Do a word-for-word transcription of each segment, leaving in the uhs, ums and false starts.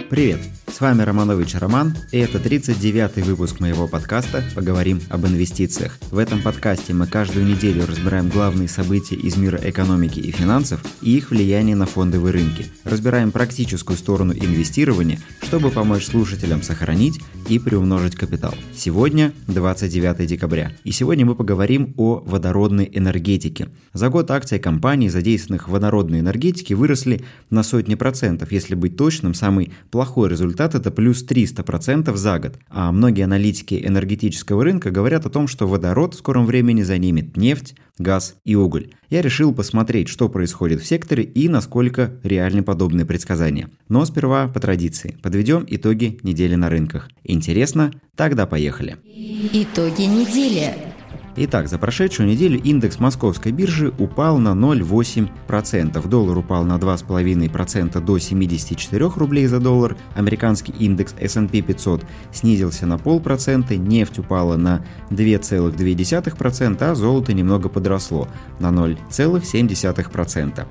Привет! С вами Романович Роман, и это тридцать девятый выпуск моего подкаста «Поговорим об инвестициях». В этом подкасте мы каждую неделю разбираем главные события из мира экономики и финансов и их влияние на фондовые рынки. Разбираем практическую сторону инвестирования, чтобы помочь слушателям сохранить и приумножить капитал. Сегодня двадцать девятое декабря, и сегодня мы поговорим о водородной энергетике. За год акции компаний, задействованных в водородной энергетике, выросли на сотни процентов. Если быть точным, самый плохой результат – это плюс триста процентов за год. А многие аналитики энергетического рынка говорят о том, что водород в скором времени занимет нефть, газ и уголь. Я решил посмотреть, что происходит в секторе и насколько реальны подобные предсказания. Но сперва, по традиции, подведем итоги недели на рынках. Интересно? Тогда поехали. Итоги недели. Итак, за прошедшую неделю индекс Московской биржи упал на ноль целых восемь десятых процента, доллар упал на два целых пять десятых процента до семьдесят четыре рублей за доллар, американский индекс эс энд пи пятьсот снизился на полпроцента, нефть упала на два целых две десятых процента, а золото немного подросло на ноль целых семь десятых процента.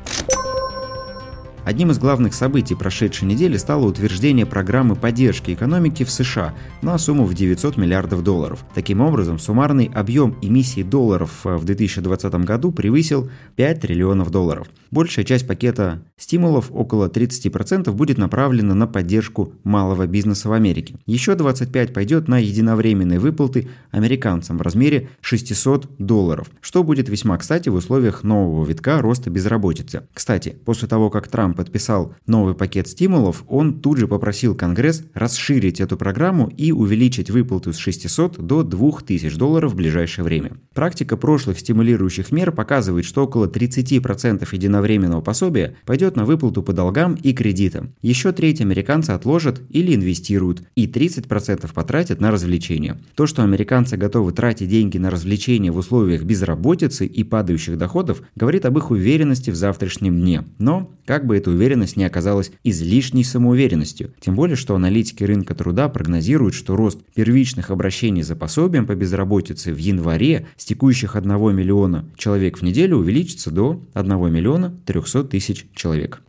Одним из главных событий прошедшей недели стало утверждение программы поддержки экономики в США на сумму в девятьсот миллиардов долларов. Таким образом, суммарный объем эмиссии долларов в две тысячи двадцатом году превысил пять триллионов долларов. Большая часть пакета стимулов, около тридцать процентов, будет направлена на поддержку малого бизнеса в Америке. Еще двадцать пять процентов пойдет на единовременные выплаты американцам в размере шестьсот долларов, что будет весьма кстати в условиях нового витка роста безработицы. Кстати, после того, как Трамп подписал новый пакет стимулов, он тут же попросил Конгресс расширить эту программу и увеличить выплату с шестисот до двух тысяч долларов в ближайшее время. Практика прошлых стимулирующих мер показывает, что около тридцать процентов единовременного пособия пойдет на выплату по долгам и кредитам. Еще треть американцы отложат или инвестируют, и тридцать процентов потратят на развлечения. То, что американцы готовы тратить деньги на развлечения в условиях безработицы и падающих доходов, говорит об их уверенности в завтрашнем дне. Но, как бы эта уверенность не оказалась излишней самоуверенностью. Тем более, что аналитики рынка труда прогнозируют, что рост первичных обращений за пособием по безработице в январе с текущих одного миллиона человек в неделю увеличится до одного миллиона трехсот тысяч человек.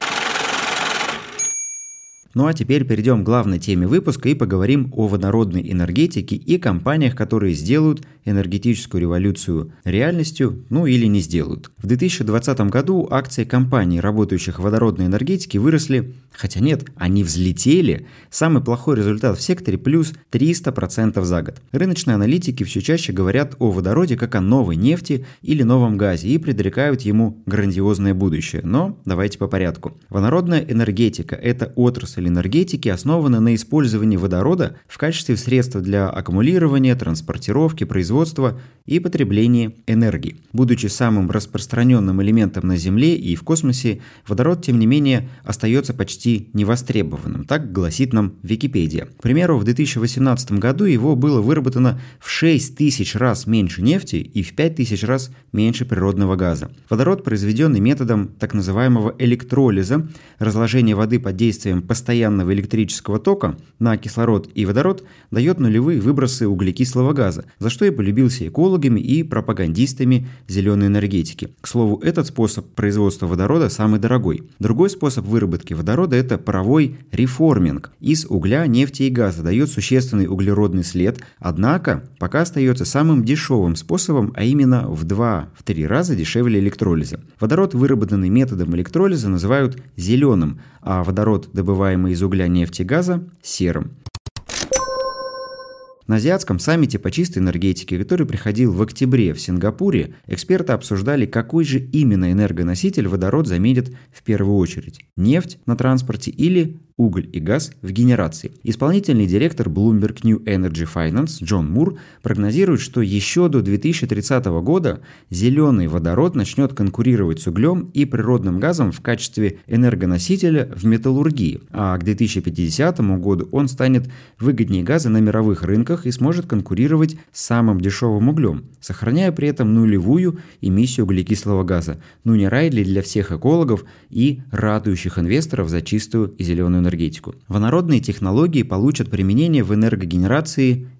Ну а теперь перейдем к главной теме выпуска и поговорим о водородной энергетике и компаниях, которые сделают энергетическую революцию реальностью, ну или не сделают. В две тысячи двадцатом году акции компаний, работающих в водородной энергетике, выросли, хотя нет, они взлетели. Самый плохой результат в секторе плюс триста процентов за год. Рыночные аналитики все чаще говорят о водороде как о новой нефти или новом газе и предрекают ему грандиозное будущее. Но давайте по порядку. Водородная энергетика – это отрасль энергетики, основана на использовании водорода в качестве средства для аккумулирования, транспортировки, производства и потребления энергии. Будучи самым распространенным элементом на Земле и в космосе, водород, тем не менее, остается почти невостребованным, так гласит нам Википедия. К примеру, в две тысячи восемнадцатом году его было выработано в шесть тысяч раз меньше нефти и в пять тысяч раз меньше природного газа. Водород, произведенный методом так называемого электролиза, разложения воды под действием постоянного постоянного электрического тока на кислород и водород, дает нулевые выбросы углекислого газа, за что и полюбился экологами и пропагандистами зеленой энергетики. К слову, этот способ производства водорода самый дорогой. Другой способ выработки водорода – это паровой реформинг. Из угля, нефти и газа дает существенный углеродный след, однако пока остается самым дешевым способом, а именно в два-три раза дешевле электролиза. Водород, выработанный методом электролиза, называют зеленым, а водород, добываемый из угля, нефти и газа, серым. На Азиатском саммите по чистой энергетике, который проходил в октябре в Сингапуре, эксперты обсуждали, какой же именно энергоноситель водород заменит в первую очередь – нефть на транспорте или уголь и газ в генерации. Исполнительный директор Bloomberg New Energy Finance Джон Мур прогнозирует, что еще до две тысячи тридцатого года зеленый водород начнет конкурировать с углем и природным газом в качестве энергоносителя в металлургии, а к две тысячи пятидесятому году он станет выгоднее газа на мировых рынках и сможет конкурировать с самым дешевым углем, сохраняя при этом нулевую эмиссию углекислого газа. Ну не рай ли для всех экологов и ратующих инвесторов за чистую и зеленую энергетику? Водородные технологии получат применение в энергогенерации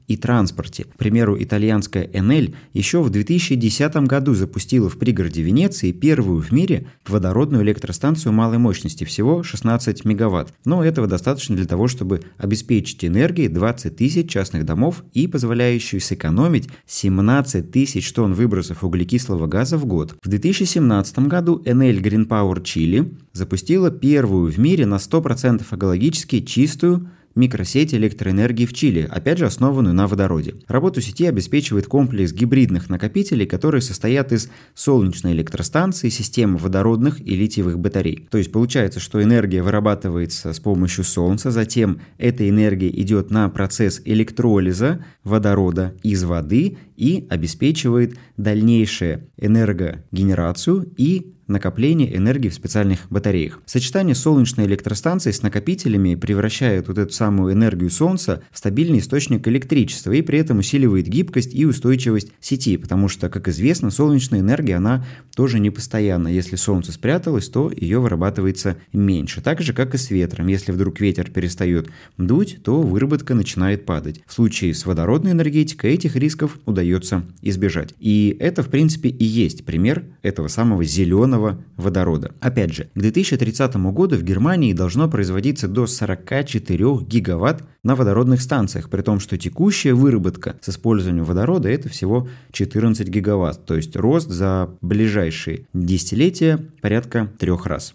и транспорте. К примеру, итальянская Enel еще в две тысячи десятом году запустила в пригороде Венеции первую в мире водородную электростанцию малой мощности, всего шестнадцать мегаватт. Но этого достаточно для того, чтобы обеспечить энергией двадцать тысяч частных домов и позволяющую сэкономить семнадцать тысяч тонн выбросов углекислого газа в год. В две тысячи семнадцатом году Enel Green Power Chile запустила первую в мире на сто процентов экологически чистую микросеть электроэнергии в Чили, опять же основанную на водороде. Работу сети обеспечивает комплекс гибридных накопителей, которые состоят из солнечной электростанции, системы водородных и литиевых батарей. То есть получается, что энергия вырабатывается с помощью солнца, затем эта энергия идет на процесс электролиза водорода из воды и обеспечивает дальнейшую энергогенерацию и накопление энергии в специальных батареях. Сочетание солнечной электростанции с накопителями превращает вот эту самую энергию солнца в стабильный источник электричества и при этом усиливает гибкость и устойчивость сети, потому что, как известно, солнечная энергия, она тоже не постоянна. Если солнце спряталось, то ее вырабатывается меньше. Так же, как и с ветром. Если вдруг ветер перестает дуть, то выработка начинает падать. В случае с водородной энергетикой этих рисков удается избежать. И это, в принципе, и есть пример этого самого зеленого водорода. Опять же, к две тысячи тридцатому году в Германии должно производиться до сорок четыре гигаватт на водородных станциях, при том, что текущая выработка с использованием водорода это всего четырнадцать гигаватт, то есть рост за ближайшие десятилетия порядка трех раз.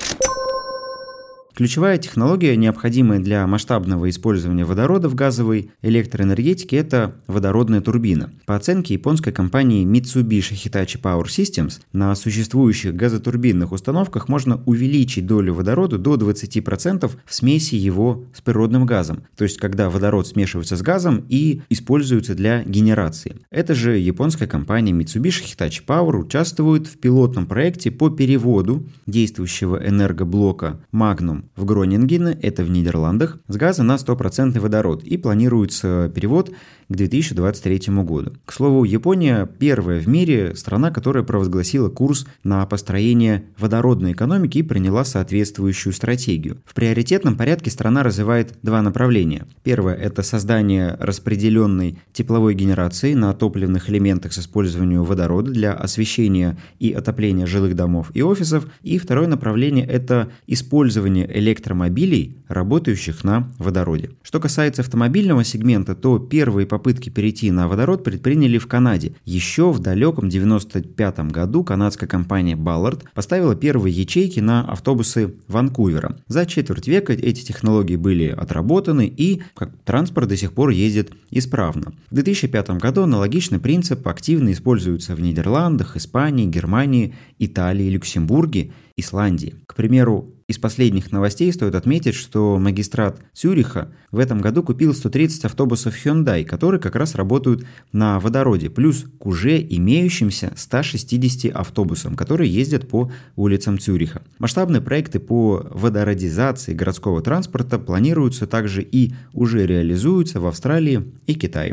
Ключевая технология, необходимая для масштабного использования водорода в газовой электроэнергетике, это водородная турбина. По оценке японской компании Mitsubishi Hitachi Power Systems, на существующих газотурбинных установках можно увеличить долю водорода до двадцати процентов в смеси его с природным газом, то есть когда водород смешивается с газом и используется для генерации. Эта же японская компания Mitsubishi Hitachi Power участвует в пилотном проекте по переводу действующего энергоблока Magnum в Гронинген, это в Нидерландах, с газа на стопроцентный водород, и планируется перевод к две тысячи двадцать третьему году. К слову, Япония первая в мире страна, которая провозгласила курс на построение водородной экономики и приняла соответствующую стратегию. В приоритетном порядке страна развивает два направления. Первое – это создание распределенной тепловой генерации на топливных элементах с использованием водорода для освещения и отопления жилых домов и офисов. И второе направление – это использование электромобилей, работающих на водороде. Что касается автомобильного сегмента, то первые попытки перейти на водород предприняли в Канаде. Еще в далеком девяносто пятом году канадская компания Ballard поставила первые ячейки на автобусы Ванкувера. За четверть века эти технологии были отработаны и как транспорт до сих пор ездит исправно. В две тысячи пятом году аналогичный принцип активно используется в Нидерландах, Испании, Германии, Италии, Люксембурге, Исландии. К примеру, из последних новостей стоит отметить, что магистрат Цюриха в этом году купил сто тридцать автобусов Hyundai, которые как раз работают на водороде, плюс к уже имеющимся ста шестидесяти автобусам, которые ездят по улицам Цюриха. Масштабные проекты по водородизации городского транспорта планируются также и уже реализуются в Австралии и Китае.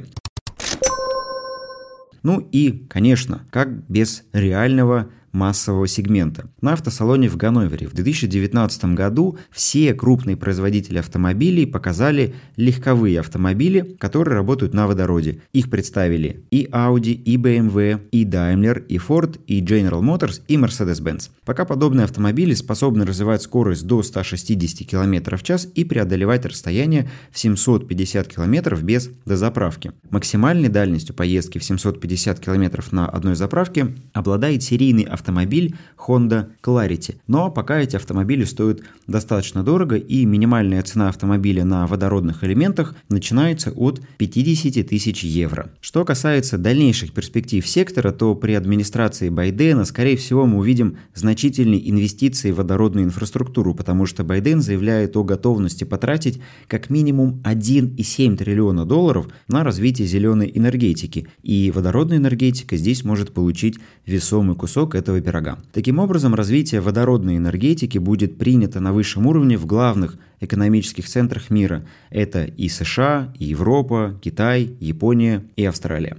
Ну и, конечно, как без реального массового сегмента. На автосалоне в Ганновере в две тысячи девятнадцатом году все крупные производители автомобилей показали легковые автомобили, которые работают на водороде. Их представили и Audi, и би эм дабл ю, и Daimler, и Ford, и General Motors, и Mercedes-Benz. Пока подобные автомобили способны развивать скорость до ста шестидесяти километров в час и преодолевать расстояние в семьсот пятьдесят километров без дозаправки. Максимальной дальностью поездки в семьсот пятьдесят километров на одной заправке обладает серийный автомобиль автомобиль Honda Clarity. Но пока эти автомобили стоят достаточно дорого, и минимальная цена автомобиля на водородных элементах начинается от пятидесяти тысяч евро. Что касается дальнейших перспектив сектора, то при администрации Байдена, скорее всего, мы увидим значительные инвестиции в водородную инфраструктуру, потому что Байден заявляет о готовности потратить как минимум один целых семь десятых триллиона долларов на развитие зеленой энергетики, и водородная энергетика здесь может получить весомый кусок этого пирога. Таким образом, развитие водородной энергетики будет принято на высшем уровне в главных экономических центрах мира. Это и США, и Европа, Китай, Япония и Австралия.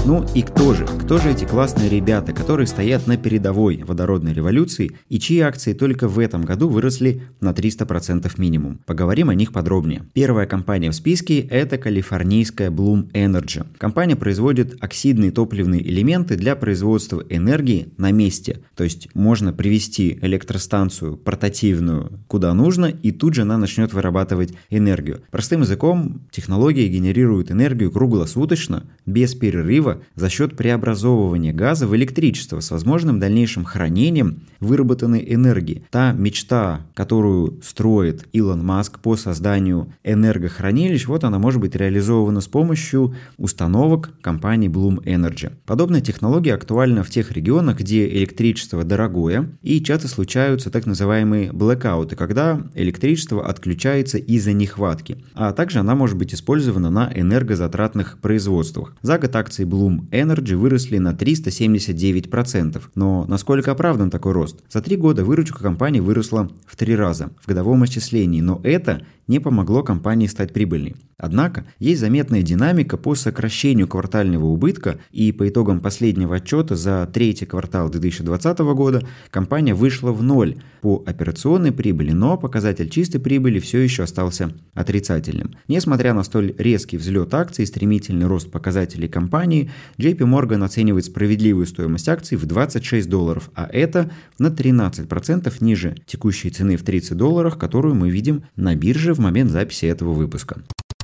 Ну и кто же? Кто же эти классные ребята, которые стоят на передовой водородной революции и чьи акции только в этом году выросли на триста процентов минимум? Поговорим о них подробнее. Первая компания в списке – это калифорнийская Bloom Energy. Компания производит оксидные топливные элементы для производства энергии на месте. То есть можно привести электростанцию портативную куда нужно, и тут же она начнет вырабатывать энергию. Простым языком, технология генерирует энергию круглосуточно, без перерыва, за счет преобразовывания газа в электричество с возможным дальнейшим хранением выработанной энергии. Та мечта, которую строит Илон Маск по созданию энергохранилищ, вот она может быть реализована с помощью установок компании Bloom Energy. Подобная технология актуальна в тех регионах, где электричество дорогое, и часто случаются так называемые блэкауты, когда электричество отключается из-за нехватки, а также она может быть использована на энергозатратных производствах. За год акции Bloom Energy выросли на триста семьдесят девять процентов. Но насколько оправдан такой рост? За три года выручка компании выросла в три раза в годовом исчислении, но это не помогло компании стать прибыльной. Однако есть заметная динамика по сокращению квартального убытка, и по итогам последнего отчета за третий квартал две тысячи двадцатого года компания вышла в ноль по операционной прибыли, но показатель чистой прибыли все еще остался отрицательным. Несмотря на столь резкий взлет акций и стремительный рост показателей компании, джей пи Morgan оценивает справедливую стоимость акций в двадцать шесть долларов, а это на тринадцать процентов ниже текущей цены в тридцать долларов, которую мы видим на бирже в момент записи этого выпуска.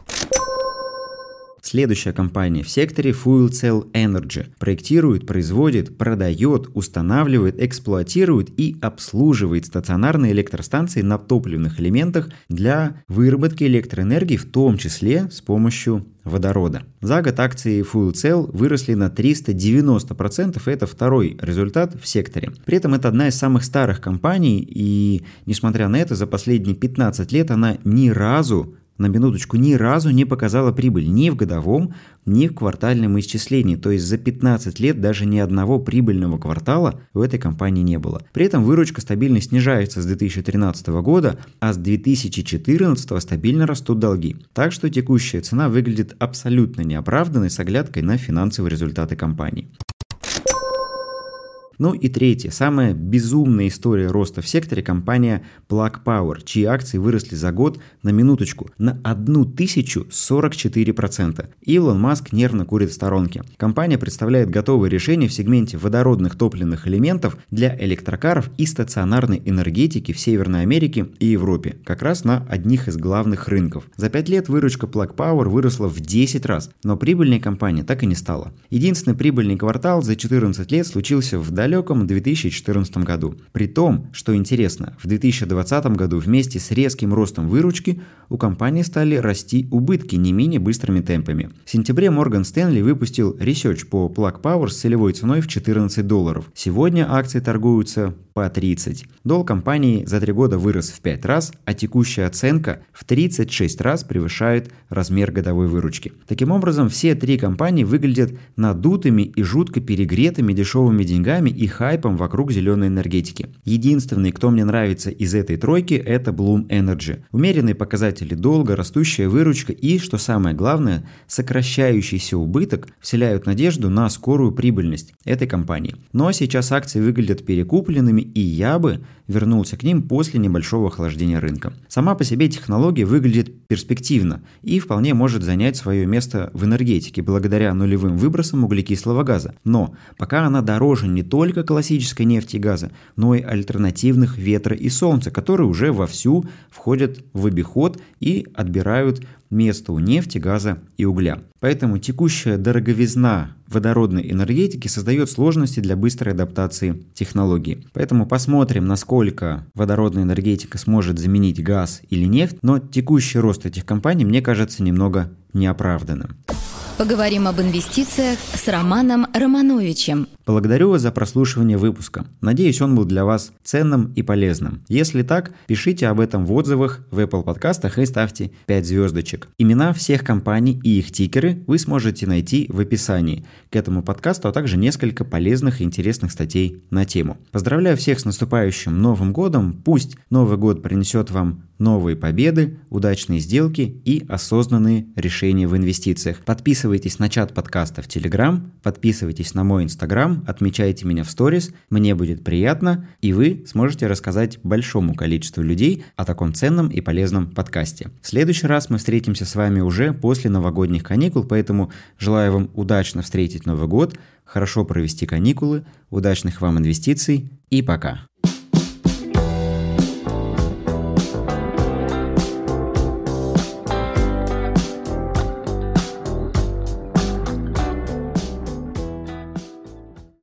Следующая компания в секторе Fuel Cell Energy проектирует, производит, продает, устанавливает, эксплуатирует и обслуживает стационарные электростанции на топливных элементах для выработки электроэнергии, в том числе с помощью водорода. За год акции Fuel Cell выросли на триста девяносто процентов, и это второй результат в секторе. При этом это одна из самых старых компаний, и несмотря на это, за последние пятнадцать лет она ни разу на минуточку, ни разу не показала прибыль ни в годовом, ни в квартальном исчислении. То есть за пятнадцать лет даже ни одного прибыльного квартала у этой компании не было. При этом выручка стабильно снижается с две тысячи тринадцатого года, а с две тысячи четырнадцатого стабильно растут долги. Так что текущая цена выглядит абсолютно неоправданной с оглядкой на финансовые результаты компании. Ну и третье, самая безумная история роста в секторе — компания Plug Power, чьи акции выросли за год на минуточку на тысячу сорок четыре процента. Илон Маск нервно курит в сторонке. Компания представляет готовые решения в сегменте водородных топливных элементов для электрокаров и стационарной энергетики в Северной Америке и Европе, как раз на одних из главных рынков. За пять лет выручка Plug Power выросла в десять раз, но прибыльной компания так и не стала. Единственный прибыльный квартал за четырнадцать лет случился в далеком две тысячи четырнадцатом году. При том, что интересно, в две тысячи двадцатом году вместе с резким ростом выручки у компании стали расти убытки не менее быстрыми темпами. В сентябре Morgan Stanley выпустил research по Plug Power с целевой ценой в четырнадцать долларов. Сегодня акции торгуются по тридцать. Долг компании за три года вырос в пять раз, а текущая оценка в тридцать шесть раз превышает размер годовой выручки. Таким образом, все три компании выглядят надутыми и жутко перегретыми дешевыми деньгами и хайпом вокруг зеленой энергетики. Единственный, кто мне нравится из этой тройки, это Bloom Energy. Умеренные показатели долга, растущая выручка и, что самое главное, сокращающийся убыток вселяют надежду на скорую прибыльность этой компании. Но сейчас акции выглядят перекупленными, и я бы вернулся к ним после небольшого охлаждения рынка. Сама по себе технология выглядит перспективно и вполне может занять свое место в энергетике благодаря нулевым выбросам углекислого газа. Но пока она дороже не только классической нефти и газа, но и альтернативных ветра и солнца, которые уже вовсю входят в обиход и отбирают место у нефти, газа и угля. Поэтому текущая дороговизна водородной энергетики создает сложности для быстрой адаптации технологии. Поэтому посмотрим, насколько водородная энергетика сможет заменить газ или нефть, но текущий рост этих компаний мне кажется немного неоправданным. Поговорим об инвестициях с Романом Романовичем. Благодарю вас за прослушивание выпуска. Надеюсь, он был для вас ценным и полезным. Если так, пишите об этом в отзывах в Apple подкастах и ставьте пять звездочек. Имена всех компаний и их тикеры вы сможете найти в описании к этому подкасту, а также несколько полезных и интересных статей на тему. Поздравляю всех с наступающим Новым годом. Пусть Новый год принесет вам новые победы, удачные сделки и осознанные решения в инвестициях. Подписывайтесь на чат подкаста в Telegram, подписывайтесь на мой Instagram, отмечайте меня в сторис, мне будет приятно, и вы сможете рассказать большому количеству людей о таком ценном и полезном подкасте. В следующий раз мы встретимся с вами уже после новогодних каникул, поэтому желаю вам удачно встретить Новый год, хорошо провести каникулы, удачных вам инвестиций и пока!